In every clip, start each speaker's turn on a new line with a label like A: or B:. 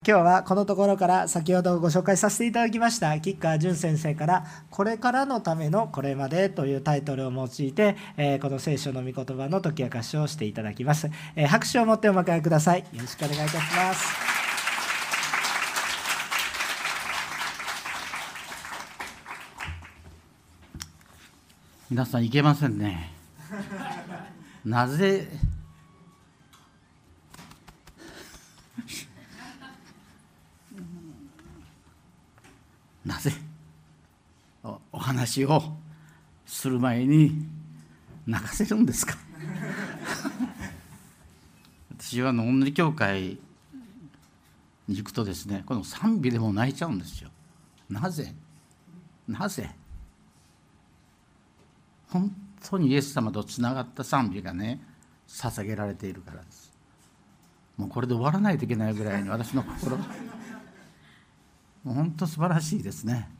A: 今日はこのところから先ほどご紹介させていただきました吉川淳先生からこれからのためのこれまでというタイトルを用いてこの聖書の御言葉の解き明かしをしていただきます。拍手を持ってお迎えください。よろしくお願いいたします。
B: 皆さんいけませんね。なぜお話をする前に泣かせるんですか。私は恩理教会に行くとですね、この賛美でも泣いちゃうんですよ。なぜ本当にイエス様とつながった賛美がね捧げられているからです。もうこれで終わらないといけないぐらいに私の心がもう本当素晴らしいですね。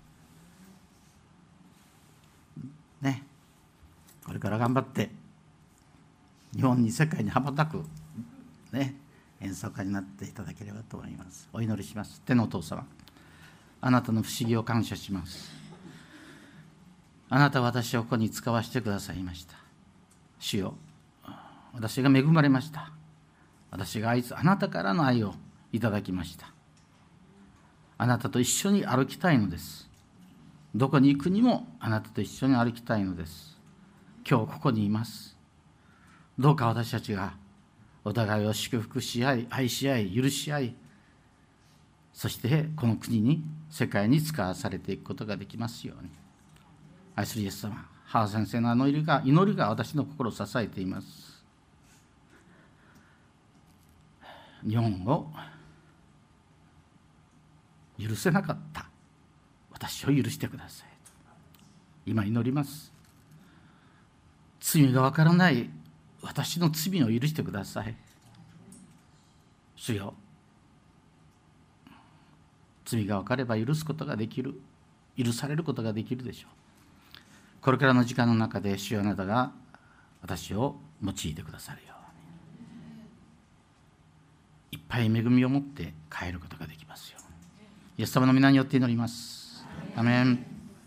B: これから頑張って日本に世界に羽ばたく演奏家になっていただければと思います。お祈りします。天のお父様、あなたの不思議を感謝します。あなたは私をここに使わせてくださいました。主よ、私が恵まれました。私があなたからの愛をいただきました。あなたと一緒に歩きたいのです。どこに行くにもあなたと一緒に歩きたいのです。今日ここにいます。どうか私たちがお互いを祝福し合い、愛し合い、許し合い、そしてこの国に、世界に使わされていくことができますように。愛するイエス様、母先生の祈りが私の心を支えています。日本を許せなかった私を許してください。今祈ります。罪がわからない私の罪を許してください。主よ、罪がわかれば許すことができる、許されることができるでしょう。これからの時間の中で主よ、あなたが私を用いてくださるように、いっぱい恵みを持って帰ることができますように。イエス様の皆によって祈ります。アメン。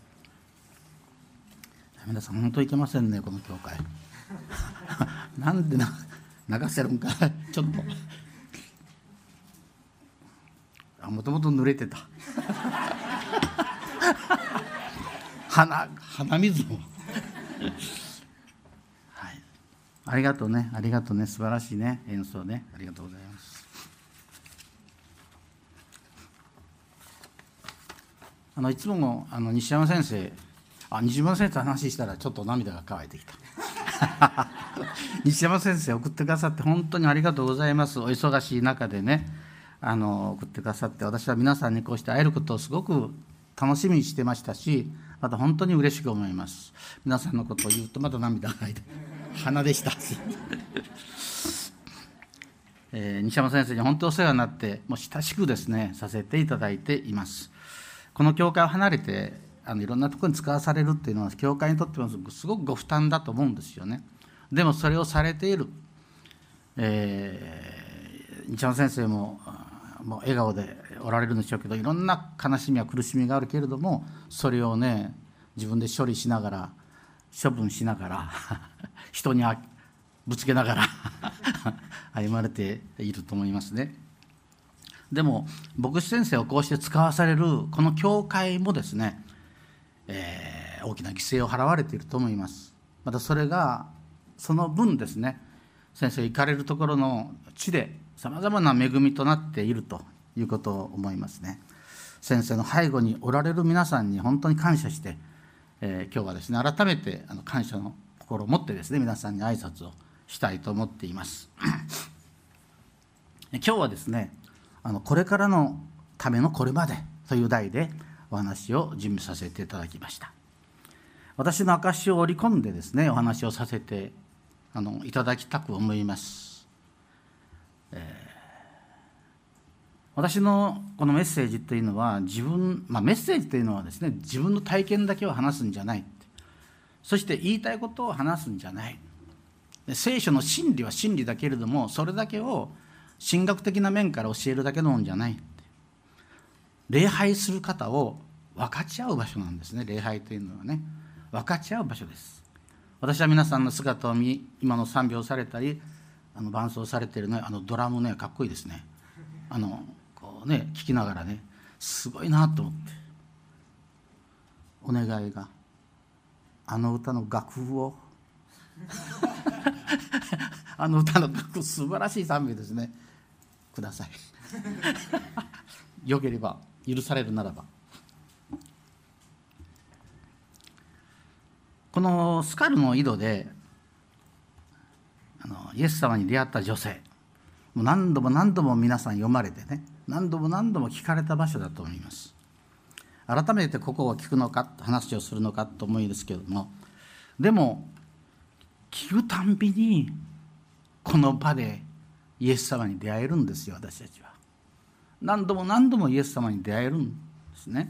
B: 皆さん本当いけませんね、この教会。なんで泣かせるんかちょっともともと濡れてた鼻水もはい、ありがとうね、素晴らしいね演奏ね、ありがとうございます。いつも西山先生と話したらちょっと涙が乾いてきた西山先生送ってくださって本当にありがとうございます。お忙しい中でね送ってくださって、私は皆さんにこうして会えることをすごく楽しみにしてましたし、また本当に嬉しく思います。皆さんのことを言うとまた涙が乾いて鼻でした西山先生に本当お世話になって、もう親しくですねさせていただいています。この教会を離れていろんなところに使わされるっていうのは教会にとってもすごくご負担だと思うんですよね。でもそれをされている、西山先生もう笑顔でおられるんでしょうけど、いろんな悲しみや苦しみがあるけれども、それをね自分で処理しながら、処分しながら人にぶつけながら歩まれていると思いますね。でも牧師先生をこうして使わされるこの教会もですね、大きな犠牲を払われていると思います。またそれがその分ですね、先生行かれるところの地でさまざまな恵みとなっているということを思いますね。先生の背後におられる皆さんに本当に感謝して、今日はですね改めて感謝の心を持ってですね皆さんに挨拶をしたいと思っています今日はですねこれからのためのこれまでという題でお話を準備させていただきました。私の証を織り込んでですねお話をさせていただきたく思います。私のこのメッセージというのはメッセージというのはですね自分の体験だけを話すんじゃない、そして言いたいことを話すんじゃない。聖書の真理は真理だけれども、それだけを神学的な面から教えるだけのもんじゃない。 礼拝する方を分かち合う場所なんですね。礼拝というのはね、分かち合う場所です。私は皆さんの姿を見、今の賛美をされたり伴奏されているね、ドラムね、かっこいいですね。こうね、聞きながらね、すごいなと思って、お願いが歌の楽譜を歌の楽譜、素晴らしい賛美ですね、くださいよければ、許されるならば。このスカルの井戸でイエス様に出会った女性、もう何度も何度も皆さん読まれてね、何度も何度も聞かれた場所だと思います。改めてここを聞くのか、話をするのかと思うんですけれども、でも聞くたんびにこの場でイエス様に出会えるんですよ。私たちは何度も何度もイエス様に出会えるんですね。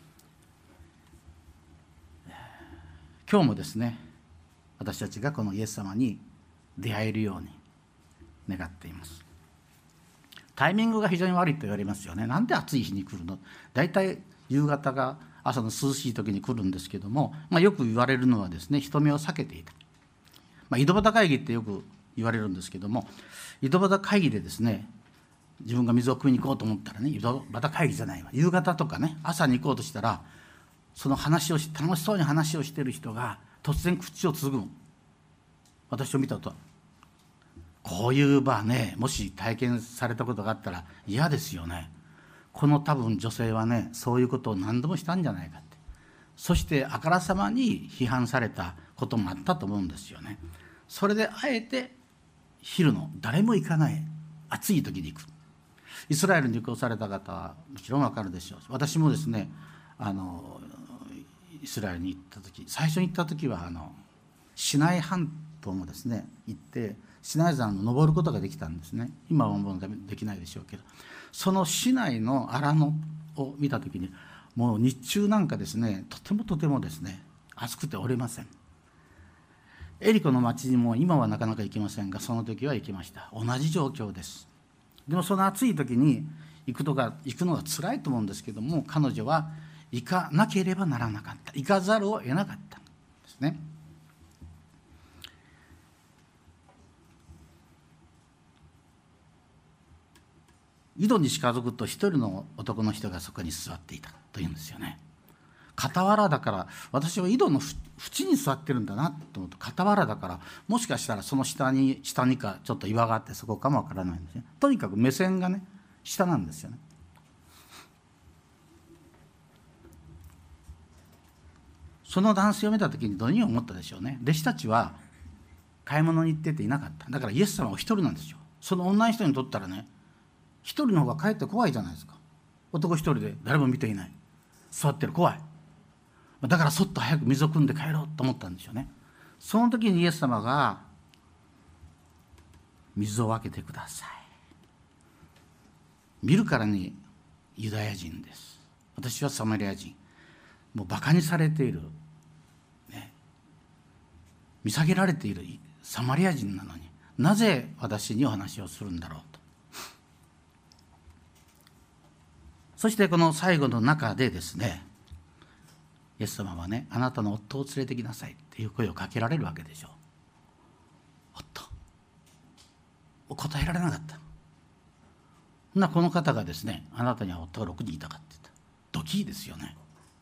B: 今日もですね、私たちがこのイエス様に出会えるように願っています。タイミングが非常に悪いと言われますよね。なんで暑い日に来るの？だいたい夕方が朝の涼しい時に来るんですけども、よく言われるのはですね、人目を避けていた。井戸端会議ってよく言われるんですけども、井戸端会議でですね、自分が水を汲みに行こうと思ったらね、井戸端会議じゃないわ、夕方とかね、朝に行こうとしたら、その話を楽しそうに話をしている人が突然口をつぐむ。私を見たと、こういう場ね、もし体験されたことがあったら嫌ですよね。この多分女性はね、そういうことを何度もしたんじゃないかって。そしてあからさまに批判されたこともあったと思うんですよね。それであえて昼の誰も行かない暑い時に行く。イスラエルに旅行された方はもちろん分かるでしょう。私もですね、イスラエルに行った時、最初に行った時はシナイ半島もですね行って、シナイ山を登ることができたんですね。今はもうできないでしょうけど、そのシナイの荒野を見た時に、もう日中なんかですね、とてもですね暑くておれません。エリコの町にも今はなかなか行きませんが、その時は行きました。同じ状況です。でもその暑い時に行くのが辛いと思うんですけども、彼女は行かなければならなかった、行かざるを得なかったんですね。井戸に近づくと一人の男の人がそこに座っていたというんですよね。傍らだから、私は井戸の縁に座ってるんだなと思うと、傍らだから、もしかしたらその下にかちょっと岩があってそこかもわからないんですね。とにかく目線がね下なんですよね。その男性を見た時にどういうふうに思ったでしょうね。弟子たちは買い物に行ってていなかった。だからイエス様は一人なんですよ。その女の人にとったらね、一人の方がかえって怖いじゃないですか。男一人で誰も見ていない、座ってる、怖い。だからそっと早く水を汲んで帰ろうと思ったんでしょうね。その時にイエス様が水を分けてください。見るからにユダヤ人です。私はサマリア人。もうバカにされている、ね、見下げられているサマリア人なのに、なぜ私にお話をするんだろうと。そしてこの最後の中でですね、イエス様はね、あなたの夫を連れてきなさいっていう声をかけられるわけでしょう。夫答えられなかった。この方がですね、あなたには夫が6人いたかって言った。ドキーですよね。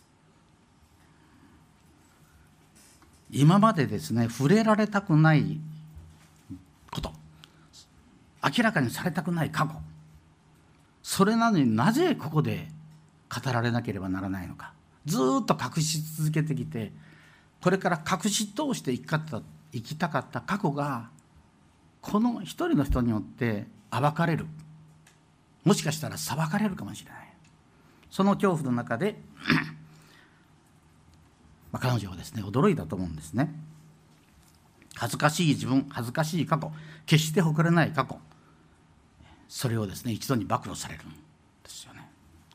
B: 今までですね、触れられたくないこと、明らかにされたくない過去、それなのになぜここで語られなければならないのか。ずっと隠し続けてきて、これから隠し通して生きたかった過去が、この一人の人によって暴かれる、もしかしたら裁かれるかもしれない。その恐怖の中で彼女はですね、驚いたと思うんですね。恥ずかしい自分、恥ずかしい過去、決して誇れない過去、それをですね、一度に暴露されるんですよね。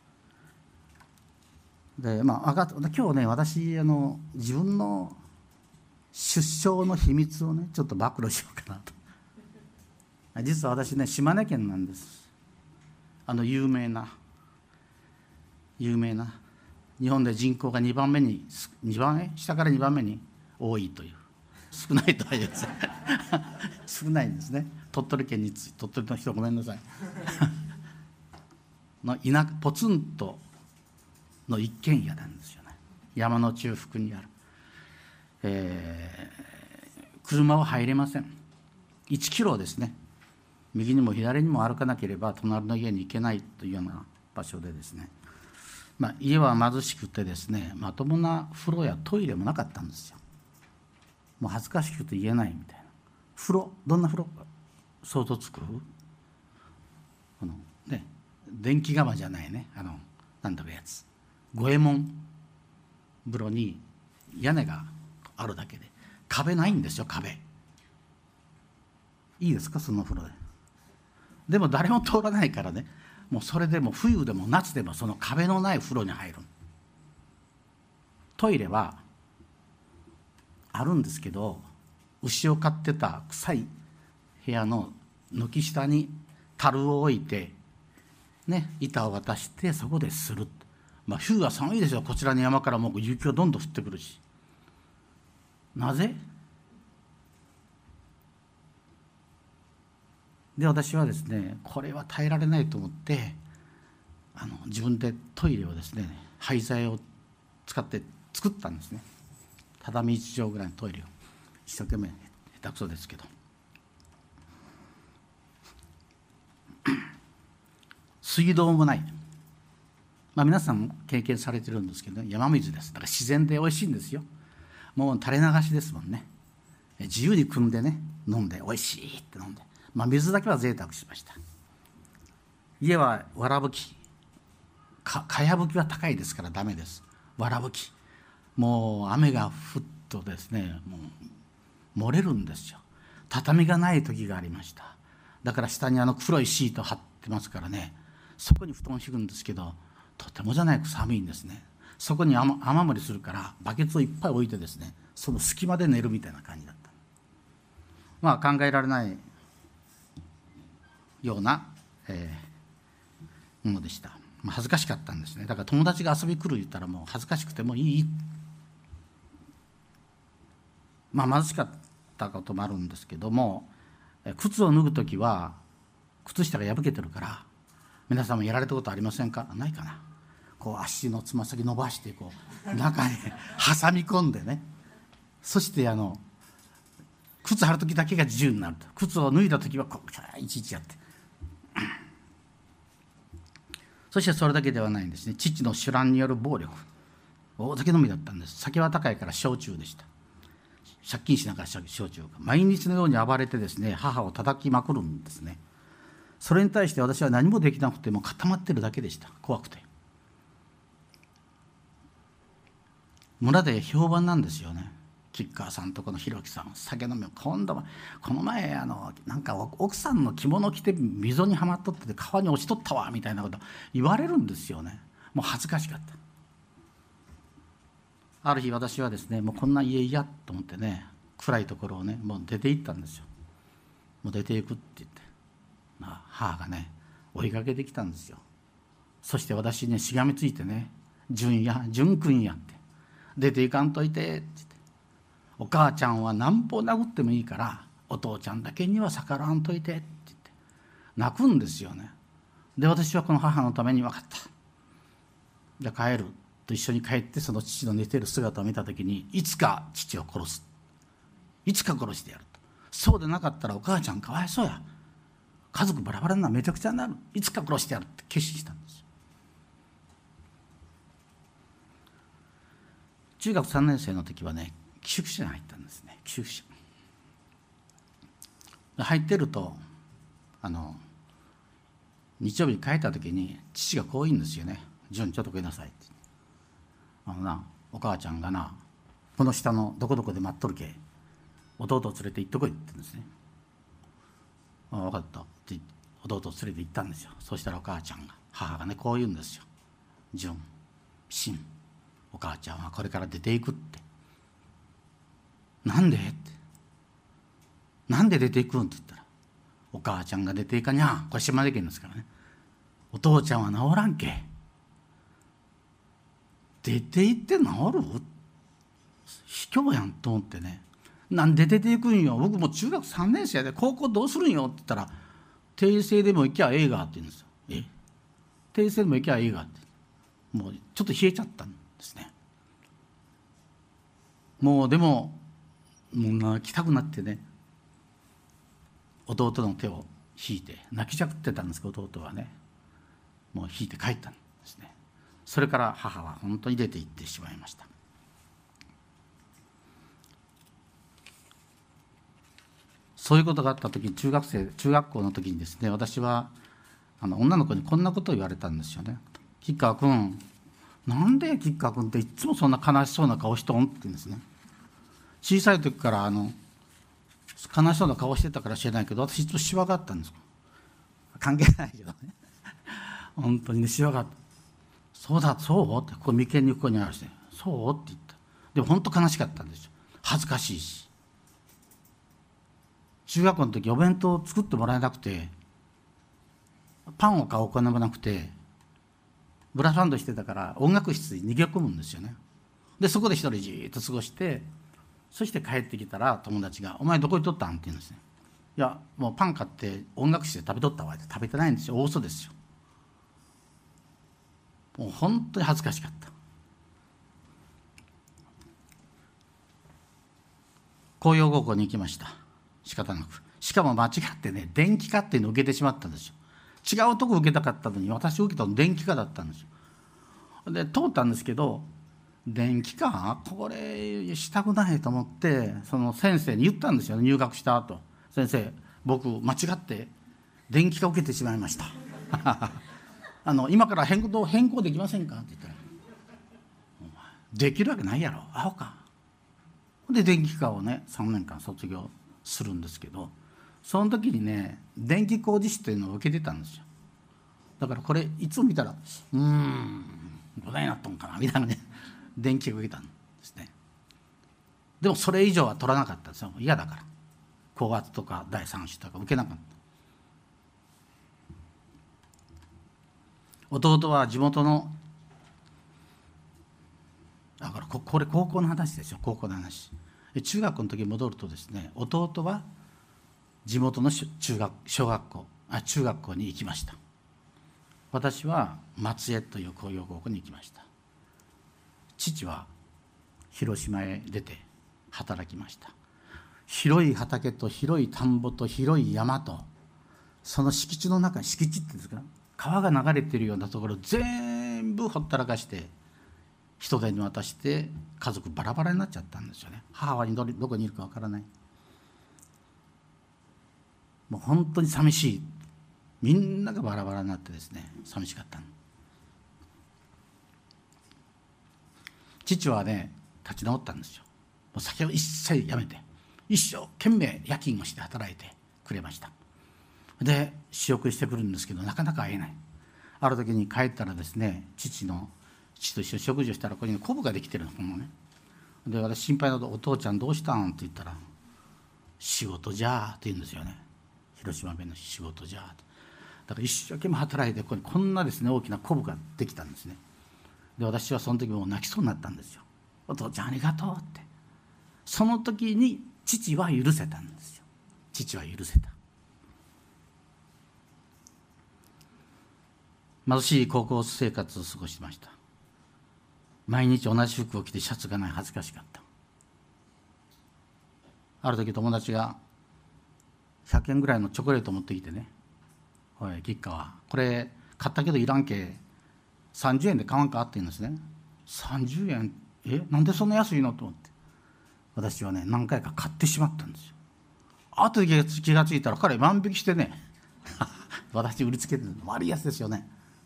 B: で、今日ね、私自分の出生の秘密をね、ちょっと暴露しようかなと。実は私ね、島根県なんです。有名な有名な、日本で人口が2番目に下から2番目に多いという、少ないとは言いません少ないんですね。鳥取県に鳥取の人ごめんなさいのポツンとの一軒家なんですよね。山の中腹にある、車は入れません。1キロですね。右にも左にも歩かなければ隣の家に行けないというような場所でですね、家は貧しくてですね、まともな風呂やトイレもなかったんですよ。もう恥ずかしくて言えないみたいな。風呂、どんな風呂想像つく？電気釜じゃないね、なんだかやつ、五右衛門風呂に屋根があるだけで壁ないんですよ。壁いいですか、その風呂で。でも誰も通らないからね、もうそれでも冬でも夏でもその壁のない風呂に入る。トイレはあるんですけど、牛を飼ってた臭い部屋の軒下に樽を置いてね、板を渡してそこでする。冬は寒いですよ。こちらの山からもう雪がどんどん降ってくるし。なぜ？で、私はですね、これは耐えられないと思って自分でトイレをですね、廃材を使って作ったんですね。畳1畳ぐらいのトイレを一生懸命、下手くそですけど水道もない、皆さん経験されてるんですけど、山水です。だから自然でおいしいんですよ。もう垂れ流しですもんね。自由に汲んでね、飲んでおいしいって飲んで、水だけは贅沢しました。家はわらぶき、かやぶきは高いですからダメです。わらぶき、もう雨が降っとですね、もう漏れるんですよ。畳がない時がありました。だから下に黒いシート張ってますからね、そこに布団敷くんですけど、とてもじゃないく寒いんですね。そこに雨漏りするからバケツをいっぱい置いてですね、その隙間で寝るみたいな感じだった。考えられないような、ものでした。恥ずかしかったんですね。だから友達が遊び来る言ったらもう恥ずかしくてもいい。貧しかったこともあるんですけども、靴を脱ぐときは靴下が破けてるから、皆さんもやられたことありませんか？ないかな。足のつま先伸ばして中に挟み込んでね、そして靴履くときだけが自由になると。靴を脱いだときはいちいちやってそしてそれだけではないんですね。父の酒乱による暴力、大酒飲みだったんです。酒は高いから焼酎でした。借金しながら焼酎が毎日のように暴れてですね、母を叩きまくるんですね。それに対して私は何もできなくても固まってるだけでした。怖くて。村で評判なんですよね。吉川さんとこの弘樹さん、酒飲みをこの前なんか奥さんの着物着て溝にはまっとってて川に落ちとったわみたいなこと言われるんですよね。もう恥ずかしかった。ある日私はですね、もうこんな家嫌と思ってね、暗いところをね、もう出て行ったんですよ。もう出ていくって言って、母がね追いかけてきたんですよ。そして私にしがみついてね、純君やって、出ていかんといてって言って、お母ちゃんはなんぼ殴ってもいいからお父ちゃんだけには逆らわんといてって言って泣くんですよね。で、私はこの母のために分かった、じゃあ帰ると一緒に帰って、その父の寝ている姿を見た時に、いつか父を殺す、いつか殺してやると。そうでなかったらお母ちゃんかわいそうや、家族バラバラになる、めちゃくちゃになる、いつか殺してやるって決心したんです。中学3年生の時はね、寄宿舎に入ったんですね。寄宿舎入ってると日曜日に帰った時に父がこう言うんですよね。純ちょっと来なさいって。お母ちゃんがな、この下のどこどこで待っとるけ、弟を連れて行ってこいって言うんですね。分かったって弟を連れて行ったんですよ。そうしたら母がねこう言うんですよ。純、真、お母ちゃんはこれから出ていくって。なんでって、なんで出ていくんって言ったら、お母ちゃんが出ていかにゃ、これ島根県ですからね、お父ちゃんは治らんけ、 出て行って治る？卑怯やんと思ってね。なんで出ていくんよ、僕もう中学3年生で高校どうするんよって言ったら、定性でも行きゃええがって言うんですよ。定性でも行きゃええがって、もうちょっと冷えちゃったんですね。もうでも泣きたくなってね、弟の手を引いて、泣きじゃくってたんですけど、弟はねもう引いて帰ったんですね。それから母は本当に出て行ってしまいました。そういうことがあった時に、中学校の時にですね、私は女の子にこんなことを言われたんですよね。吉川君、なんで吉川君っていつもそんな悲しそうな顔しとんって言うんですね。小さい時から悲しそうな顔してたから知らないけど、私いつもシワがあったんです。関係ないけどね本当にね、シワがあった。そうだ、そうって、ここ眉間にここにあるしね、そうって言った。でも本当悲しかったんですよ。恥ずかしいし。中学校の時お弁当を作ってもらえなくて、パンを買うお金もなくて、ブラファンドしてたから音楽室に逃げ込むんですよね。でそこで一人じーっと過ごして、そして帰ってきたら友達が「お前どこにとったん?」って言うんですね。いや、もうパン買って音楽室で食べとったわって。食べてないんですよ。大嘘ですよ。もう本当に恥ずかしかった。工業高校に行きました。仕方なく。しかも間違ってね、電気科っていうのを受けてしまったんですよ。違うとこ受けたかったのに、私受けたの電気科だったんですよ。で通ったんですけど、電気科これしたくないと思って、その先生に言ったんですよね。入学した後、先生、僕間違って電気科受けてしまいました今から変更できませんかって言ったら、できるわけないやろ、アホか。で電気科をね3年間卒業するんですけど、その時にね、電気工事士というのを受けてたんですよ。だからこれいつも見たら、どないなったんかなみたいなね、電気を受けたんですね。でもそれ以上は取らなかったんですよ。嫌だから。高圧とか第三種とか受けなかった。弟は地元の、だからこれ高校の話ですよ。高校の話。中学校の時に戻るとですね、弟は地元の中学校に行きました。私は松江という工業高校に行きました。父は広島へ出て働きました。広い畑と広い田んぼと広い山と、その敷地の中に、敷地っていうんですか、川が流れているようなところ全部ほったらかして人手に渡して、家族バラバラになっちゃったんですよね。母はどこにいるかわからない。もう本当に寂しい。みんながバラバラになってですね、寂しかったの。父はね、立ち直ったんですよ。もう酒を一切やめて、一生懸命夜勤をして働いてくれました。で仕送りしてくるんですけど、なかなか会えない。ある時に帰ったらですね、父と一緒に食事をしたら、ここにコブができてるのね。で私心配なので、お父ちゃんどうしたんって言ったら、仕事じゃーって言うんですよね。広島弁の仕事じゃーって。だから一生懸命働いて、こんなですね大きなコブができたんですね。で私はその時もう泣きそうになったんですよ。お父ちゃんありがとうって。その時に父は許せたんですよ。父は許せた。貧しい高校生活を過ごしました。毎日同じ服を着てシャツがない、恥ずかしかった。ある時友達が100円ぐらいのチョコレートを持ってきてね、おい吉川、これ買ったけどいらんけ、30円で買わんかって言うんですね。30円、なんでそんな安いのと思って、私はね何回か買ってしまったんですよ。後で気がついたら彼万引きしてね私売りつけてるの悪いやつですよね。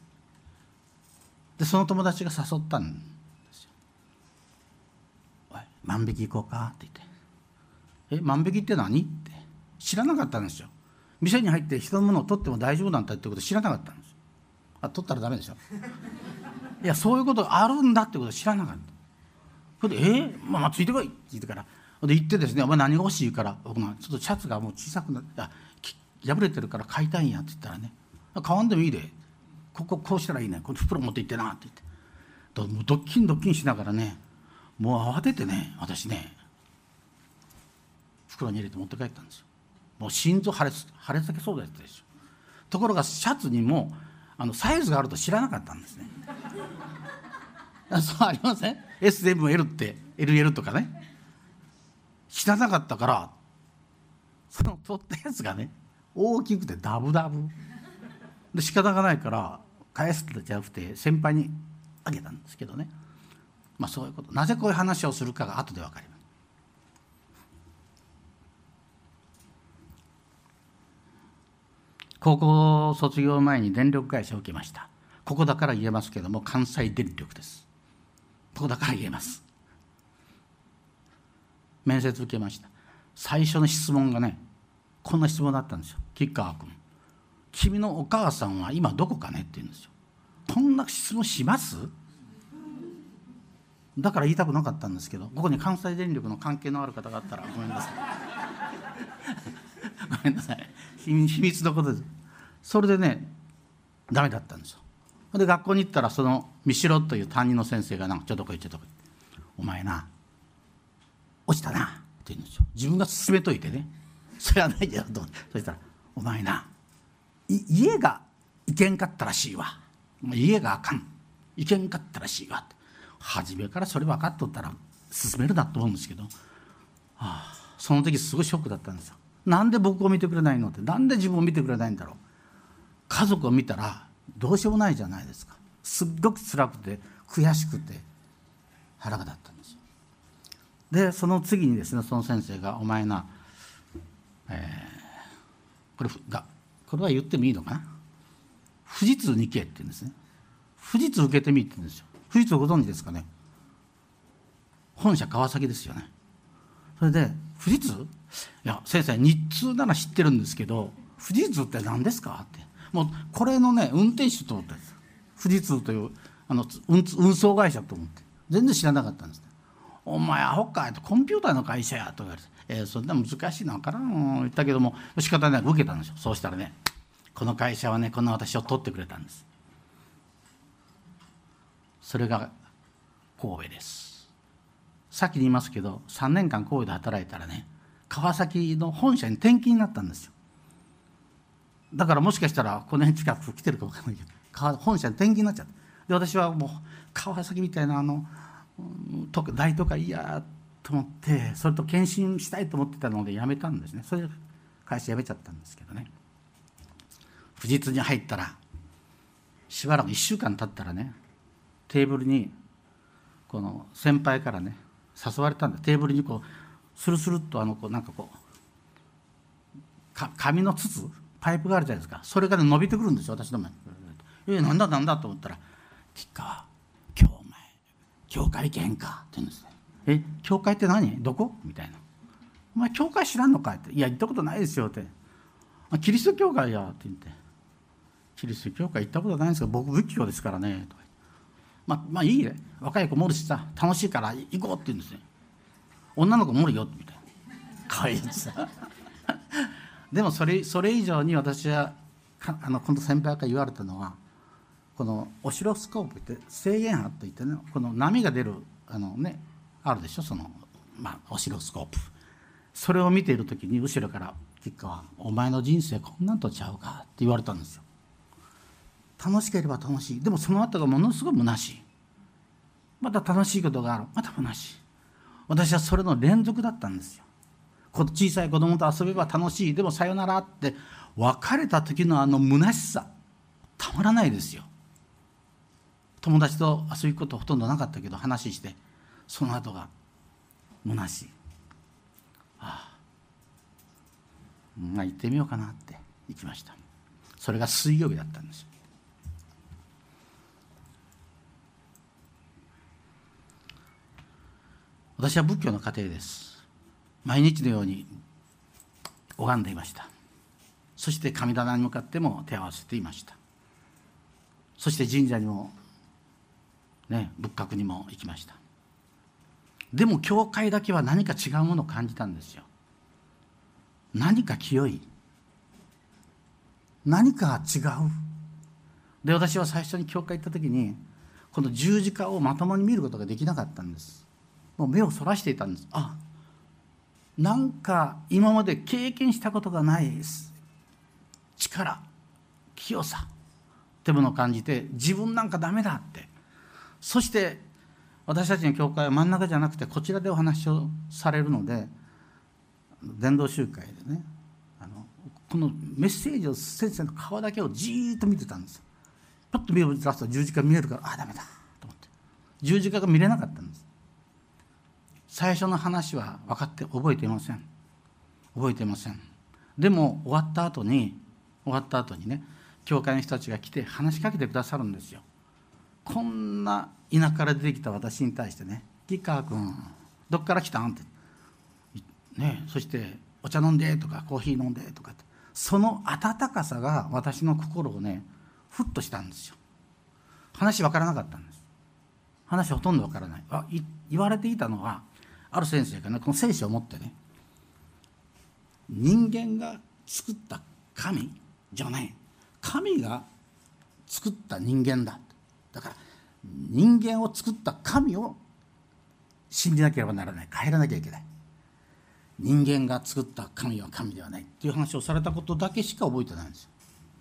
B: でその友達が誘ったんですよ。おい万引き行こうかって言って、万引きって何って知らなかったんですよ。店に入って人のものを取っても大丈夫なんだってこと知らなかったんです。取ったらダメでしょいやそういうことがあるんだってこと知らなかった。それでついてこいって言ってから、で行ってですね、お前何が欲しいから、僕ちょっとシャツがもう小さくなって破れてるから買いたいんやって言ったらね、買わんでもいいで、こうしたらいいね、この袋持って行ってなって言って、 もうドッキンドッキンしながらね、もう慌ててね、私ね袋に入れて持って帰ったんですよ。もう心臓腫れ裂けそうだったでしょ。ところがシャツにもサイズがあると知らなかったんですね。そうありません？ SM、L って LL とかね、知らなかったから、その取ったやつがね大きくてダブダブで仕方がないから返すってじゃなくて先輩にあげたんですけどね。まあそういうこと、なぜこういう話をするかが後で分かります。高校卒業前に電力会社を受けました。ここだから言えますけども、関西電力です。ここだから言えます。面接受けました。最初の質問がね、こんな質問だったんですよ。吉川君、君のお母さんは今どこかねって言うんですよ。こんな質問します？だから言いたくなかったんですけど、ここに関西電力の関係のある方があったらごめんなさいごめんなさい、秘密のことです。それでねダメだったんですよ。で学校に行ったら、その三代という担任の先生がちょっとこいちょっとこい、お前な落ちたなって言うんですよ。自分が勧めといてね、それはないよと。そしたら、お前な家がいけんかったらしいわ、家があかんいけんかったらしいわって。初めからそれ分かっとったら勧めるなと思うんですけど、その時すごいショックだったんですよ。なんで僕を見てくれないのって、なんで自分を見てくれないんだろう。家族を見たらどうしようもないじゃないですか。すっごく辛くて悔しくて腹が立ったんですよ。でその次にですね、その先生が、お前な、これは言ってもいいのかな、富士通に行けって言うんですね。富士通受けてみって言うんですよ。富士通ご存知ですかね。本社川崎ですよね。それで富士通、いや先生日通なら知ってるんですけど富士通って何ですかって、もうこれのね運転手と思ったんです。富士通という運送会社と思って全然知らなかったんです。お前アホかいと、コンピューターの会社やと言われて、そんな難しいの分からん言ったけども仕方ない受けたんですよ。そうしたらね、この会社はねこんな私を取ってくれたんです。それが神戸です。先に言いますけど、3年間神戸で働いたらね、川崎の本社に転勤になったんですよ。だからもしかしたらこの辺近く来てるかもわからないけど、本社に転勤になっちゃった。で私はもう川崎みたいな大都会嫌と思って、それと献身したいと思ってたので辞めたんですね。それで会社辞めちゃったんですけどね。富士通に入ったらしばらく1週間経ったらね、テーブルにこの先輩からね誘われたんで、テーブルにこうスルスルっとなんかこう紙の筒パイプがあるじゃないですか。それから伸びてくるんですよ、私の前に。なんだなんだと思ったら、吉川、今日お前教会行けへんかって言うんですね。教会って何、どこみたいな。お前教会知らんのかって。いや行ったことないですよって。キリスト教会やって言って、キリスト教会行ったことないんですけど僕仏教ですからねとか。まあいいね、若い子もおるしさ楽しいから行こうって言うんですね。女の子もおるよみたいな、かわいいやつさでもそれ以上に私はこの先輩から言われたのは、このオシロスコープって正弦波といってね、この波が出るあるでしょ、オシロスコープ。それを見ている時に後ろから「吉川、お前の人生こんなんとちゃうか」って言われたんですよ。楽しければ楽しい、でもその後がものすごい虚しい。また楽しいことがある、また虚しい。私はそれの連続だったんですよ。小さい子供と遊べば楽しい、でもさよならって別れた時の虚しさたまらないですよ。友達と遊ぶことほとんどなかったけど話してその後が虚しい。行ってみようかなって行きました。それが水曜日だったんですよ。私は仏教の家庭です。毎日のように拝んでいました。そして神棚に向かっても手を合わせていました。そして神社にも仏閣にも行きました。でも教会だけは何か違うものを感じたんですよ。何か清い、何か違う。で私は最初に教会行った時に、 この十字架をまともに見ることができなかったんです。もう目をそらしていたんです。なんか今まで経験したことがない力、清さってものを感じて、自分なんかダメだって。そして私たちの教会は真ん中じゃなくてこちらでお話をされるので、伝道集会でね、このメッセージを先生の顔だけをじーっと見てたんです。ちょっと目を出すと十字架見えるから、ダメだと思って十字架が見れなかったんです。最初の話は覚えていません。でも終わった後にね、教会の人たちが来て話しかけてくださるんですよ。こんな田舎から出てきた私に対してね、吉川君どっから来たんってね、そしてお茶飲んでとかコーヒー飲んでとかって、その温かさが私の心をね、ふっとしたんですよ。話分からなかったんです。話ほとんど分からない。言われていたのは、ある先生がね、この聖書を持ってね、人間が作った神じゃない、神が作った人間だ。だから人間を作った神を信じなければならない、帰らなきゃいけない。人間が作った神は神ではないっていう話をされたことだけしか覚えてないんですよ。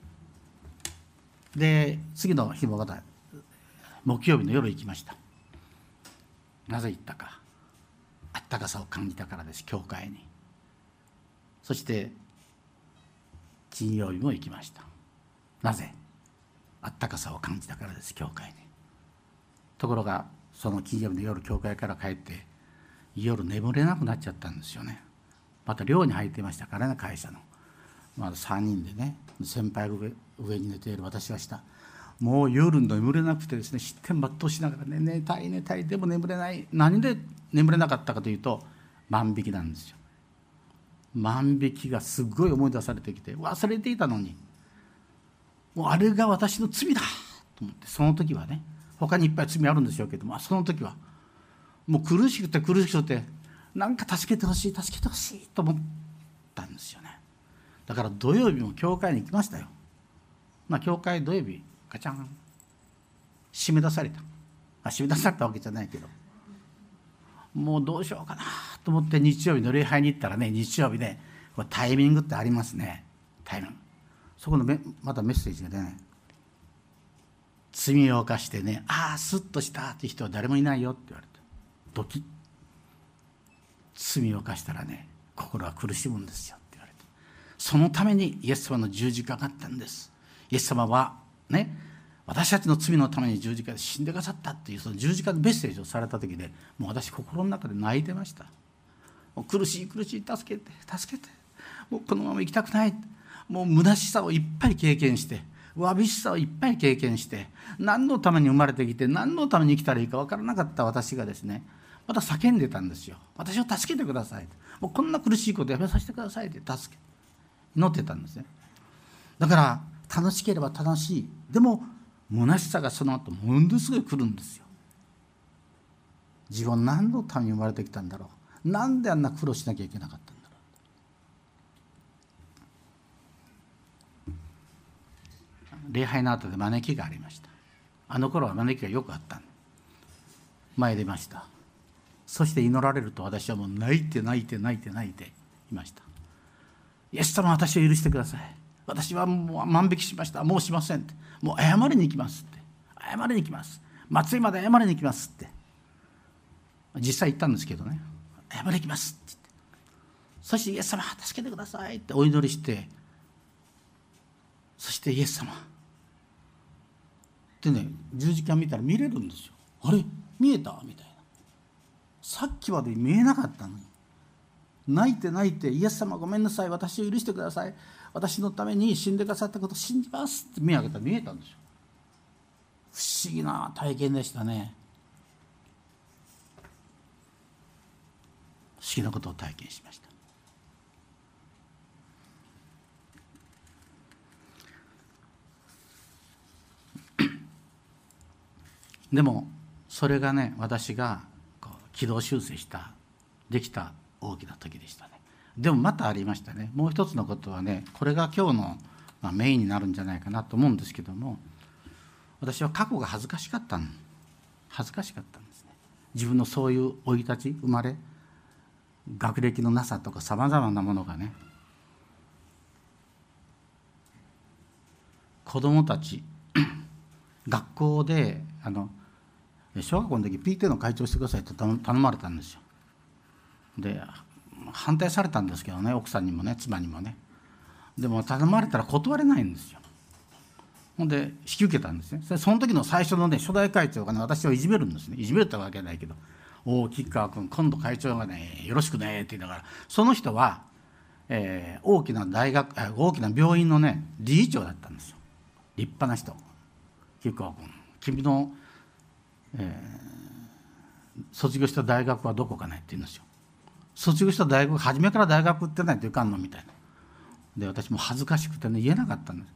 B: で、次の日もまた木曜日の夜行きました。なぜ行ったか、あったかさを感じたからです、教会に。そして金曜日も行きました。なぜ？あったかさを感じたからです、教会に。ところがその金曜日の夜、教会から帰って夜眠れなくなっちゃったんですよね。また寮に入っていましたからね、会社の。3人でね、先輩が上に寝ている、私は下。もう夜眠れなくてですね、失点抜刀しながらね、寝たい、でも眠れない。何で眠れなかったかというと、万引きなんですよ。万引きがすごい思い出されてきて、忘れていたのに、もうあれが私の罪だと思って、その時はね、他にいっぱい罪あるんでしょうけども、その時はもう苦しくて、なんか助けてほしいと思ったんですよね。だから土曜日も教会に行きましたよ。教会土曜日ガチャン締め出された。締め出されたわけじゃないけど、もうどうしようかなと思って日曜日の礼拝に行ったらね、日曜日ね、これタイミングってありますね。タイミング、そこのまたメッセージがね、罪を犯してね、スッとしたっていう人は誰もいないよって言われて、ドキッ、罪を犯したらね、心は苦しむんですよって言われて、そのためにイエス様の十字架があったんです。イエス様はね、私たちの罪のために十字架で死んでくださったっていう、その十字架のメッセージをされた時で、もう私心の中で泣いてました。もう苦しい、助けて、もうこのまま生きたくない。もう虚しさをいっぱい経験して、わびしさをいっぱい経験して、何のために生まれてきて、何のために生きたらいいか分からなかった私がですね、また叫んでたんですよ。私を助けてください。もうこんな苦しいことやめさせてくださいって祈ってたんですね。だから楽しければ楽しい。でも虚しさがその後ものすごい来るんですよ。自分何のために生まれてきたんだろう。なんであんな苦労しなきゃいけなかったんだろう。礼拝の後で招きがありました。あの頃は招きがよくあった。前出ました。そして祈られると私はもう泣いていました。イエス様、私を許してください。私はもう万引きしました。もうしませんって。もう謝りに行きますって。松井まで謝りに行きますって。実際行ったんですけどね。謝りに行きますって言って。そしてイエス様、助けてくださいってお祈りして、そしてイエス様ってね、十字架見たら見れるんですよ。あれ見えたみたいな。さっきまで見えなかったのに、泣いてイエス様ごめんなさい、私を許してください、私のために死んでくださったことを信じますって目を上げたら見えたんですよ。不思議な体験でしたね。不思議なことを体験しました。でもそれがね、私が軌道修正できた大きな時でしたね。でもまたありましたね。もう一つのことはね、これが今日のメインになるんじゃないかなと思うんですけども、私は過去が恥ずかしかったん恥ずかしかったんですね。自分のそういう生い立ち、生まれ、学歴のなさとかさまざまなものがね、子どもたち学校で小学校の時 PTA の会長してくださいって頼まれたんですよ。で反対されたんですけどね、奥さんにもね妻にもね。でも頼まれたら断れないんですよ。ほんで引き受けたんですね。その時の最初のね初代会長がね私をいじめるんですね。いじめるってわけないけど、おお吉川君今度会長がねよろしくねって言いながら、その人は、大きな病院のね理事長だったんですよ。立派な人。吉川君君の、卒業した大学はどこかねって言うんですよ。卒業した大学初めから大学行ってないといかんのみたいな。で私も恥ずかしくてね言えなかったんです。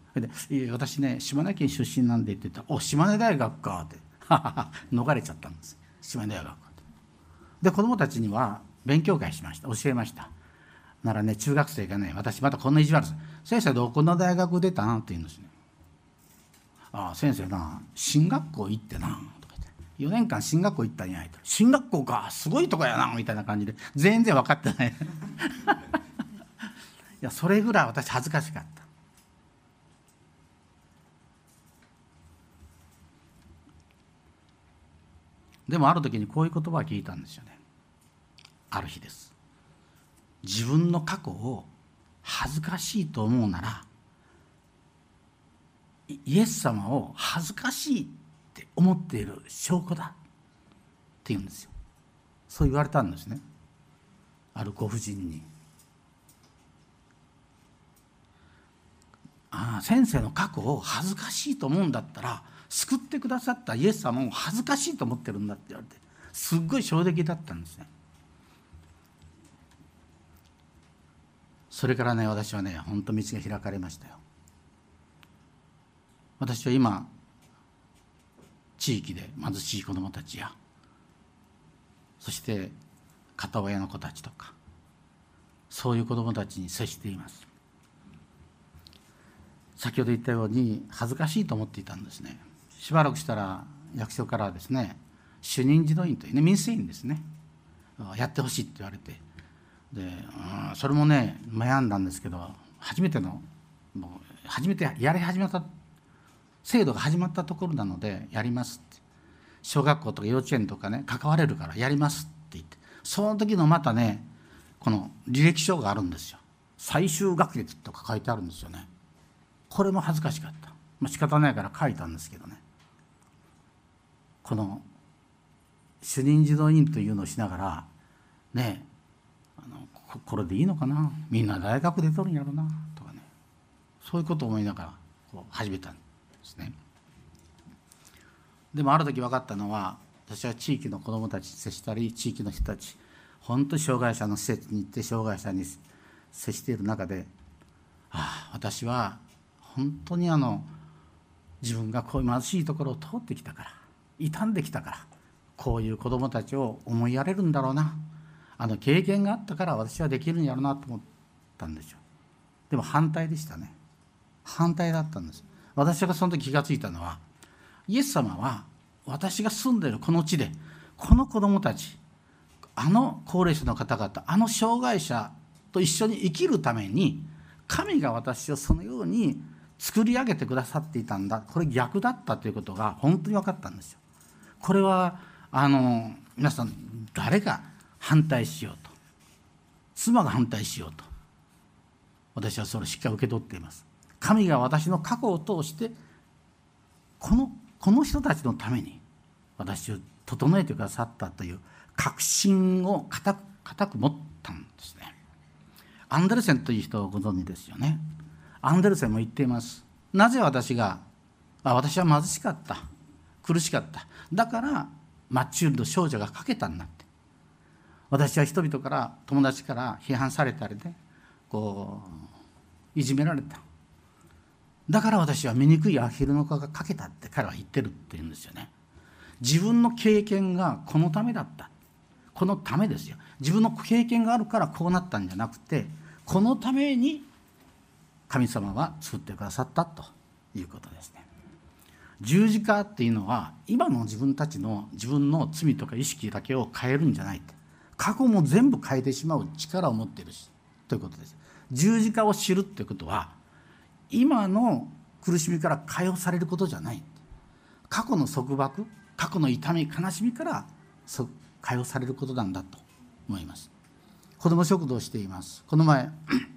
B: で私ね島根県出身なんでって言ったら「お島根大学か」って逃れちゃったんです。島根大学かで子どもたちには勉強会しました。教えました。ならね中学生がね私またこんな意地悪です。先生どこの大学出たんって言うんですね。ああ先生な進学校行ってなとか言って4年間進学校行ったんやいと。進学校かすごいとこやなみたいな感じで全然分かってないいやそれぐらい私恥ずかしかった。でもある時にこういう言葉を聞いたんですよね。ある日です。自分の過去を恥ずかしいと思うならイエス様を恥ずかしいって思っている証拠だって言うんですよ。そう言われたんですね、あるご婦人に。先生の過去を恥ずかしいと思うんだったら救ってくださったイエス様を恥ずかしいと思ってるんだって言われて、すっごい衝撃だったんですね。それからね私はね本当道が開かれましたよ。私は今地域で貧しい子どもたちや、そして片親の子たちとかそういう子どもたちに接しています。先ほど言ったように恥ずかしいと思っていたんですね。しばらくしたら役所からですね主任児童院というね民生委員ですねやってほしいって言われて、でそれもね悩んだんですけど、初めてやり始めた制度が始まったところなのでやりますって、小学校とか幼稚園とかね関われるからやりますって言って、その時のまたねこの履歴書があるんですよ。最終学歴とか書いてあるんですよね。これも恥ずかしかった。仕方ないから書いたんですけどね、この主任児童院というのをしながらねこれでいいのかな、みんな大学出とるんやろなとかね、そういうことを思いながらこう始めたんですね。でもある時分かったのは、私は地域の子どもたちに接したり、地域の人たち、本当に障害者の施設に行って障害者に接している中で、私は本当に自分がこういう貧しいところを通ってきたから、傷んできたから、こういう子どもたちを思いやれるんだろうな、経験があったから私はできるんやろうなと思ったんですよ。でも反対でしたね。反対だったんです。私がその時気がついたのは、イエス様は私が住んでいるこの地でこの子どもたち、高齢者の方々、障害者と一緒に生きるために神が私をそのように作り上げてくださっていたんだ、これ逆だったということが本当に分かったんですよ。これは皆さん誰が反対しようと、妻が反対しようと、私はそれをしっかり受け取っています。神が私の過去を通してこの人たちのために私を整えてくださったという確信を固く持ったんですね。アンデルセンという人をご存知ですよね。アンデルセンも言っています。なぜ私は貧しかった、苦しかった、だからマチュールド少女が書けたんだって。私は人々から友達から批判されたりでいじめられた、だから私は醜いアヒルの子が書けたって彼は言ってるって言うんですよね。自分の経験がこのためだった、このためですよ。自分の経験があるからこうなったんじゃなくて、このために神様は作ってくださったということですね。 十字架っていうのは今の自分の罪とか意識だけを変えるんじゃないって、過去も全部変えてしまう力を持っているしということです。十字架を知るっていうことは今の苦しみから解放されることじゃない、過去の束縛、過去の痛み悲しみから解放されることなんだと思います。子ども食堂をしています。この前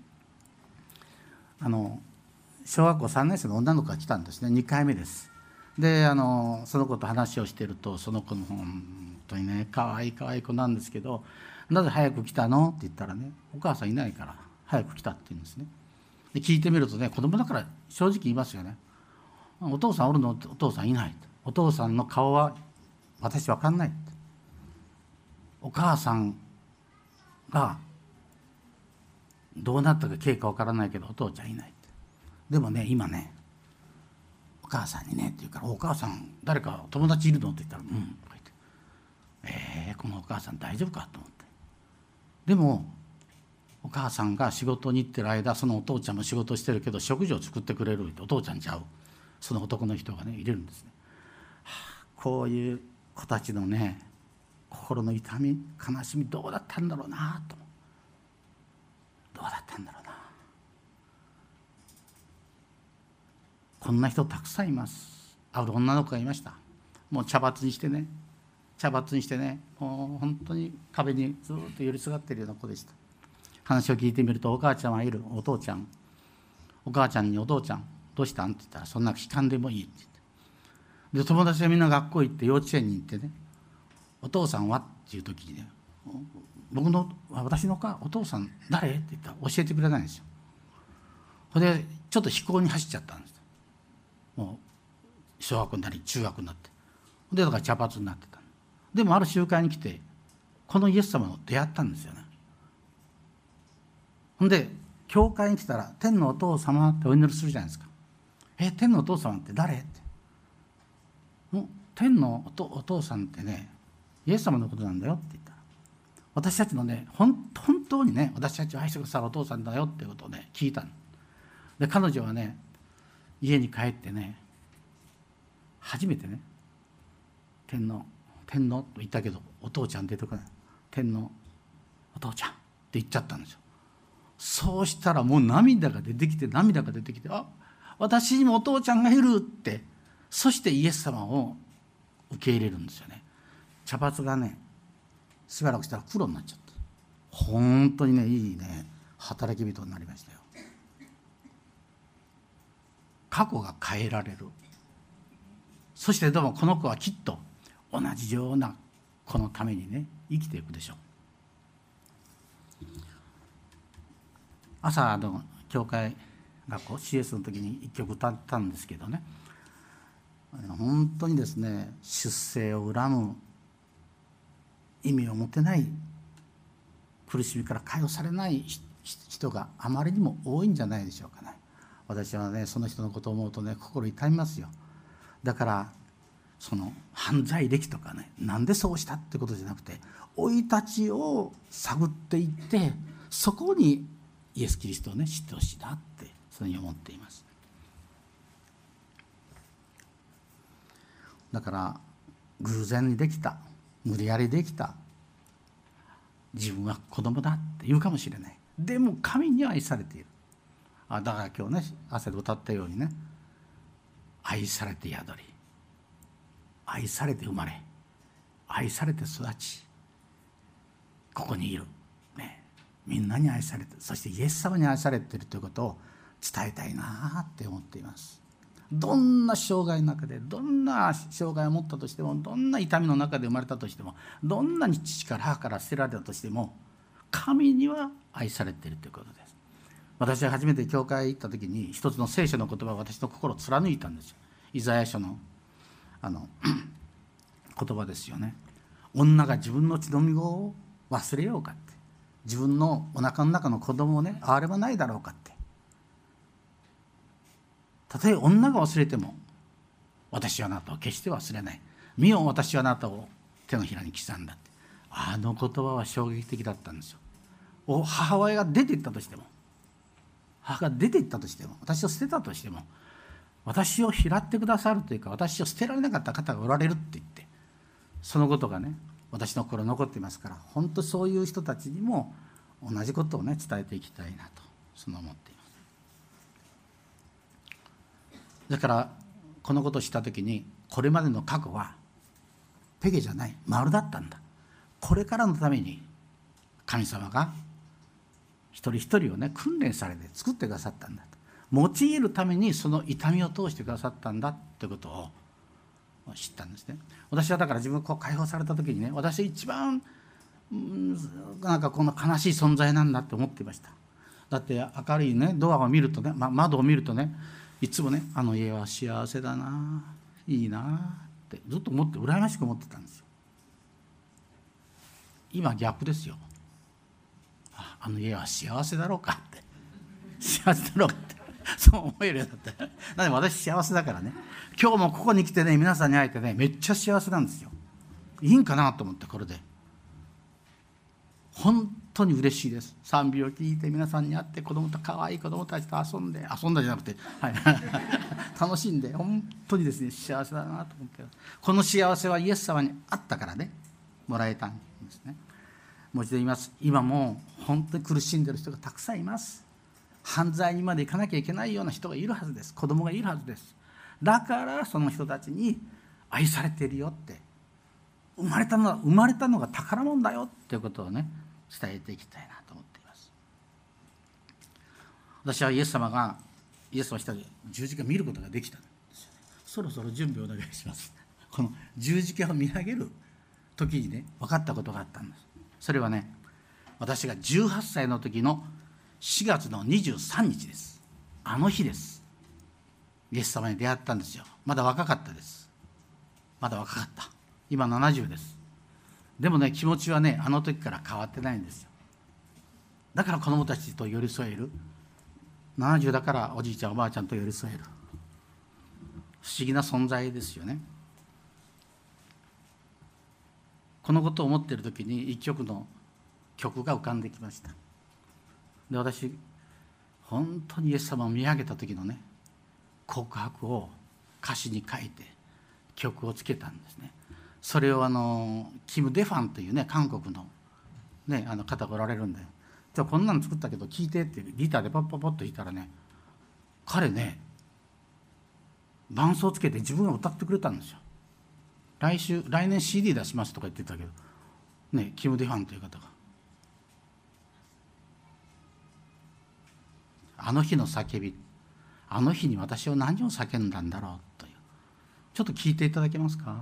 B: 小学校3年生の女の子が来たんですね。2回目です。でその子と話をしていると、その子の本当にね可愛い子なんですけど、なぜ早く来たのって言ったらね、お母さんいないから早く来たって言うんですね。で聞いてみるとね、子供だから正直言いますよね。お父さんおるの？お父さんいない。お父さんの顔は私分かんない。お母さんがどうなったか経過分からないけどお父ちゃんいない。でもね今ねお母さんにねって言うから、お母さん誰か友達いるのって言ったら、うんとか言って、このお母さん大丈夫かと思って。でもお母さんが仕事に行ってる間、そのお父ちゃんも仕事してるけど食事を作ってくれるってお父ちゃんちゃうその男の人がね入れるんですね。こういう子たちのね心の痛み悲しみどうだったんだろうなと、どうだったんだろうな。こんな人たくさんいます。ある女の子がいました。もう茶髪にしてねもう本当に壁にずっと寄りすがっているような子でした。話を聞いてみると、お母ちゃんはいる、お父ちゃん、お母ちゃんにお父ちゃんどうしたんって言ったら、そんな聞かんでもいいって言って、で友達がみんな学校行って幼稚園に行ってね、お父さんはっていう時にね、私のお父さん誰って言ったら教えてくれないんですよ。それでちょっと非行に走っちゃったんです。もう小学校になり中学になって、でだから茶髪になってた。でもある集会に来てこのイエス様と出会ったんですよね。ほんで教会に来たら、天のお父様ってお祈りするじゃないですか。天のお父様って誰って、天のお父さんってねイエス様のことなんだよって言ったら、私たちのね本当にね私たちを愛してくださるお父さんだよっていうことをね聞いたの。で彼女はね家に帰ってね初めてね天皇と言ったけどお父ちゃん出てこない。天皇お父ちゃんって言っちゃったんですよ。そうしたらもう涙が出てきて、あ、私にもお父ちゃんがいるって、そしてイエス様を受け入れるんですよね。茶髪がねしばらくしたら黒になっちゃって、本当にねいいね働き人になりましたよ。過去が変えられる。そしてでもこの子はきっと同じような子のためにね生きていくでしょう。朝の教会学校 CS の時に一曲歌ったんですけどね、本当にですね出世を恨む、意味を持てない、苦しみから解放されない人があまりにも多いんじゃないでしょうかね。私はねその人のことを思うとね心痛みますよ。だからその犯罪歴とかね、なんでそうしたってことじゃなくて、生い立ちを探っていって、そこにイエス・キリストをね知ってほしいなってそのように思っています。だから偶然にできた、無理やりできた、自分は子供だって言うかもしれない。でも神に愛されている。だから今日ね朝で歌ったようにね、愛されて宿り、愛されて生まれ、愛されて育ち、ここにいる、ね、みんなに愛されて、そしてイエス様に愛されているということを伝えたいなって思っています。どんな障害の中で、どんな障害を持ったとしても、どんな痛みの中で生まれたとしても、どんなに父から母から捨てられたとしても、神には愛されているということです。私は初めて教会行った時に一つの聖書の言葉を私の心を貫いたんですよ。イザヤ書の言葉ですよね。女が自分の血のみ子を忘れようかって、自分のお腹の中の子供をね憐れまないだろうかって、たとえ女が忘れても私はあなたを決して忘れない、見よ私はあなたを手のひらに刻んだって、あの言葉は衝撃的だったんですよ。母親が出て行ったとしても、母が出て行ったとしても、私を捨てたとしても、 私を拾ってくださるというか、私を捨てられなかった方がおられるって言って、そのことがね私の心に残っていますから、本当そういう人たちにも同じことをね伝えていきたいなとその思っています。だからこのことをした時に、これまでの過去はペケじゃない、丸だったんだ、これからのために神様が一人一人をね訓練されて作ってくださったんだと、用いるためにその痛みを通してくださったんだということを知ったんですね。私はだから自分が解放された時にね、私一番なんかこの悲しい存在なんだって思っていました。だって明るいねドアを見るとね、窓を見るとね、いつもねあの家は幸せだな、いいなってずっと思って、羨ましく思ってたんですよ。今逆ですよ。あの家は幸せだろうかって、幸せだろうかってそう思えるようになった。だって私幸せだからね、今日もここに来てね皆さんに会えてねめっちゃ幸せなんですよ。いいんかなと思って、これで本当に嬉しいです。賛美を聞いて皆さんに会って、可愛い子供たちと遊んだじゃなくて、はい、楽しんで、本当にですね幸せだなと思って、この幸せはイエス様にあったからねもらえたんですね。もう一度言います。今も本当に苦しんでいる人がたくさんいます。犯罪にまで行かなきゃいけないような人がいるはずです。子供がいるはずです。だからその人たちに愛されているよって、生まれたのが宝物だよっていうことをね伝えていきたいなと思っています。私はイエス様一人で十字架を見ることができたんですよね。そろそろ準備お願いします。この十字架を見上げる時にね分かったことがあったんです。それはね、私が18歳の時の4月の23日です。あの日です。イエス様に出会ったんですよ。まだ若かったです。まだ若かった。今70です。でもね気持ちはねあの時から変わってないんですよ。だから子供たちと寄り添える、70だからおじいちゃんおばあちゃんと寄り添える、不思議な存在ですよね。このことを思っている時に一曲の曲が浮かんできました。で私本当にイエス様を見上げた時のね告白を歌詞に書いて曲をつけたんですね。それをキム・デファンというね韓国の、ね、方がおられるんで、じゃあこんなの作ったけど聴いてってギターでポッポッポッと弾いたらね、彼ね伴奏つけて自分が歌ってくれたんですよ。来年 CD 出しますとか言ってたけどね、キム・デファンという方があの日の叫び、あの日に私は何を叫んだんだろうという、ちょっと聞いていただけますか。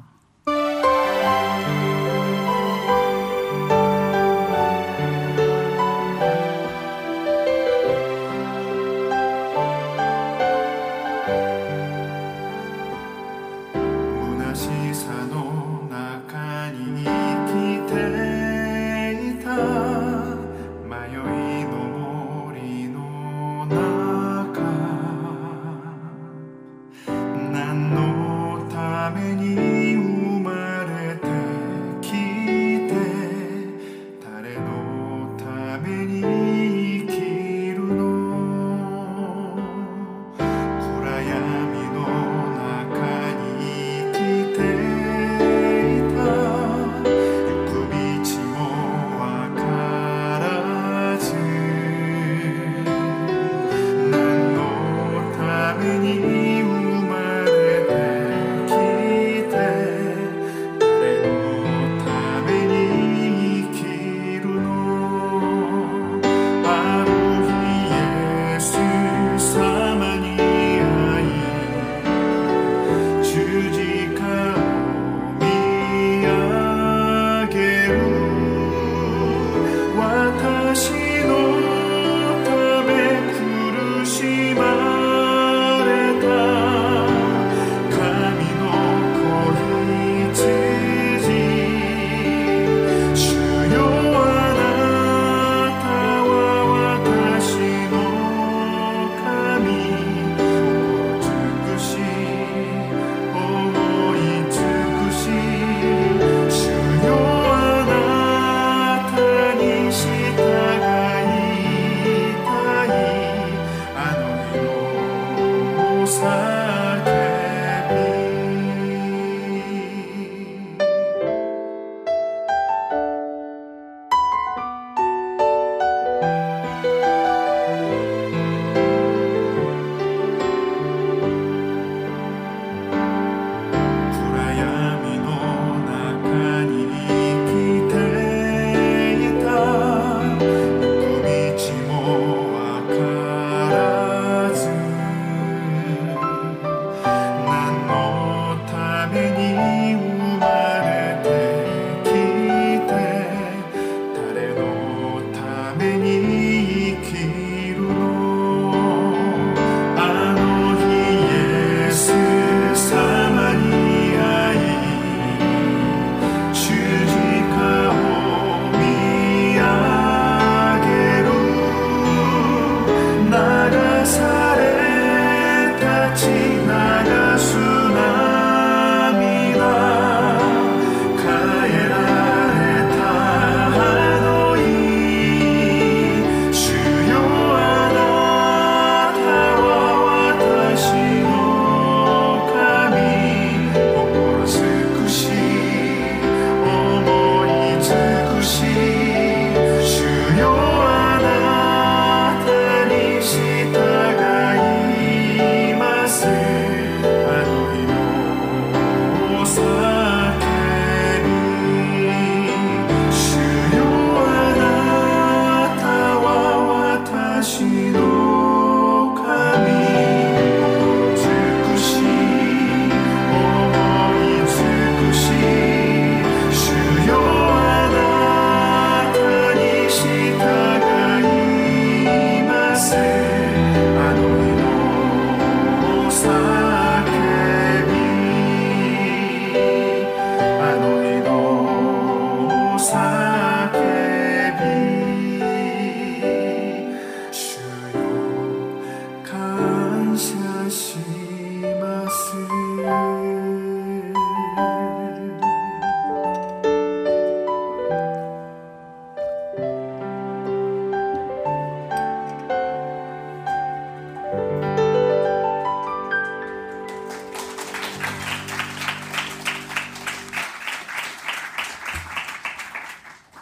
C: 何のために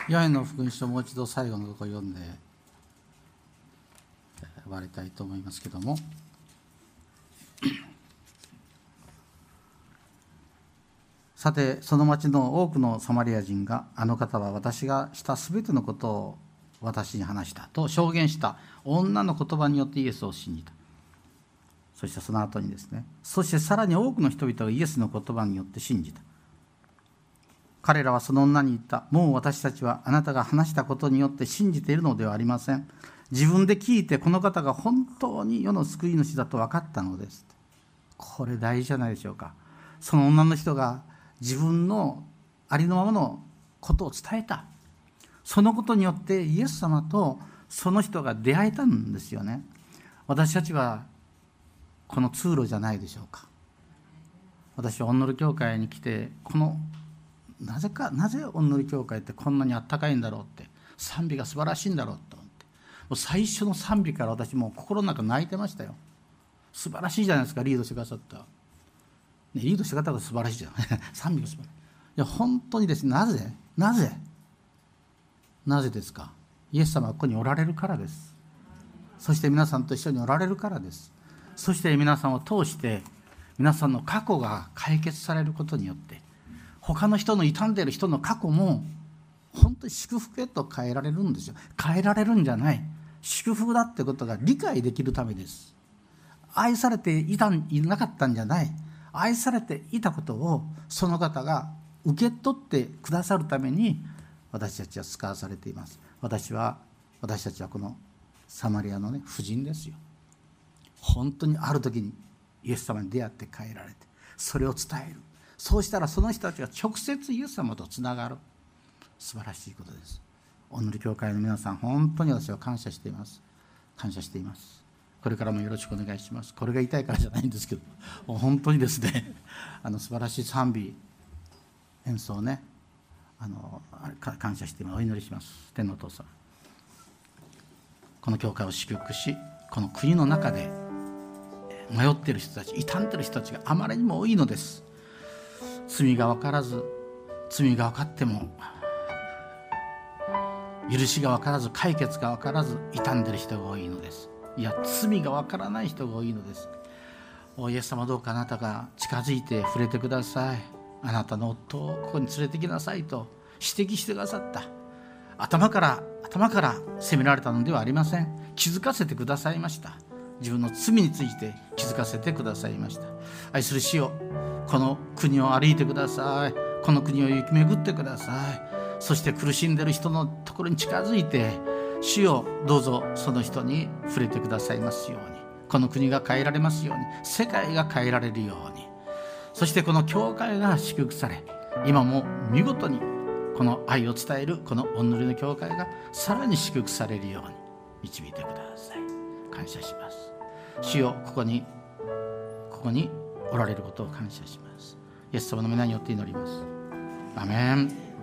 B: ヨハネの福音書をもう一度最後のところを読んで終わりたいと思いますけども、さてその町の多くのサマリア人が、あの方は私がしたすべてのことを私に話したと証言した女の言葉によってイエスを信じた。そしてその後にですね、そしてさらに多くの人々がイエスの言葉によって信じた。彼らはその女に言った。もう私たちはあなたが話したことによって信じているのではありません。自分で聞いてこの方が本当に世の救い主だと分かったのです。これ大事じゃないでしょうか。その女の人が自分のありのままのことを伝えた。そのことによってイエス様とその人が出会えたんですよね。私たちはこの通路じゃないでしょうか。私は御法教会に来て、なぜ御法教会ってこんなにあったかいんだろうって、賛美が素晴らしいんだろうと思って、もう最初の賛美から私もう心の中泣いてましたよ。素晴らしいじゃないですか、リードしてくださった、リードしてくださったが素晴らしいじゃん賛美が素晴らしい。いや本当にですね、なぜですか。イエス様はここにおられるからです。そして皆さんと一緒におられるからです。そして皆さんを通して皆さんの過去が解決されることによって、他の人の傷んでいる人の過去も本当に祝福へと変えられるんですよ。変えられるんじゃない、祝福だってことが理解できるためです。愛されていなかったんじゃない、愛されていたことをその方が受け取ってくださるために私たちは使わされています。私たちはこのサマリアのね、婦人ですよ。本当にある時にイエス様に出会って変えられて、それを伝える。そうしたらその人たちが直接イエス様とつながる。素晴らしいことです。御法教会の皆さん、本当に私は感謝しています。これからもよろしくお願いします。これが言いたいからじゃないんですけど、本当にですね、素晴らしい賛美演奏ね、感謝しています。お祈りします。天のお父様、この教会を祝福し、この国の中で迷っている人たち、傷んでいる人たちがあまりにも多いのです。罪が分からず、罪が分かっても許しが分からず、解決が分からず傷んでいる人が多いのです。いや、罪が分からない人が多いのです。イエス様、どうかあなたが近づいて触れてください。あなたの夫をここに連れてきなさいと指摘してくださった。頭から責められたのではありません。気づかせてくださいました。自分の罪について気づかせてくださいました。愛する主よ、この国を歩いてください。この国を行き巡ってください。そして苦しんでいる人のところに近づいて、主よ、どうぞその人に触れてくださいますように。この国が変えられますように、世界が変えられるように、そしてこの教会が祝福され、今も見事にこの愛を伝えるこの御法の教会がさらに祝福されるように導いてください。感謝します。主よ、ここにおられることを感謝します。イエス様の皆によって祈ります。アメン。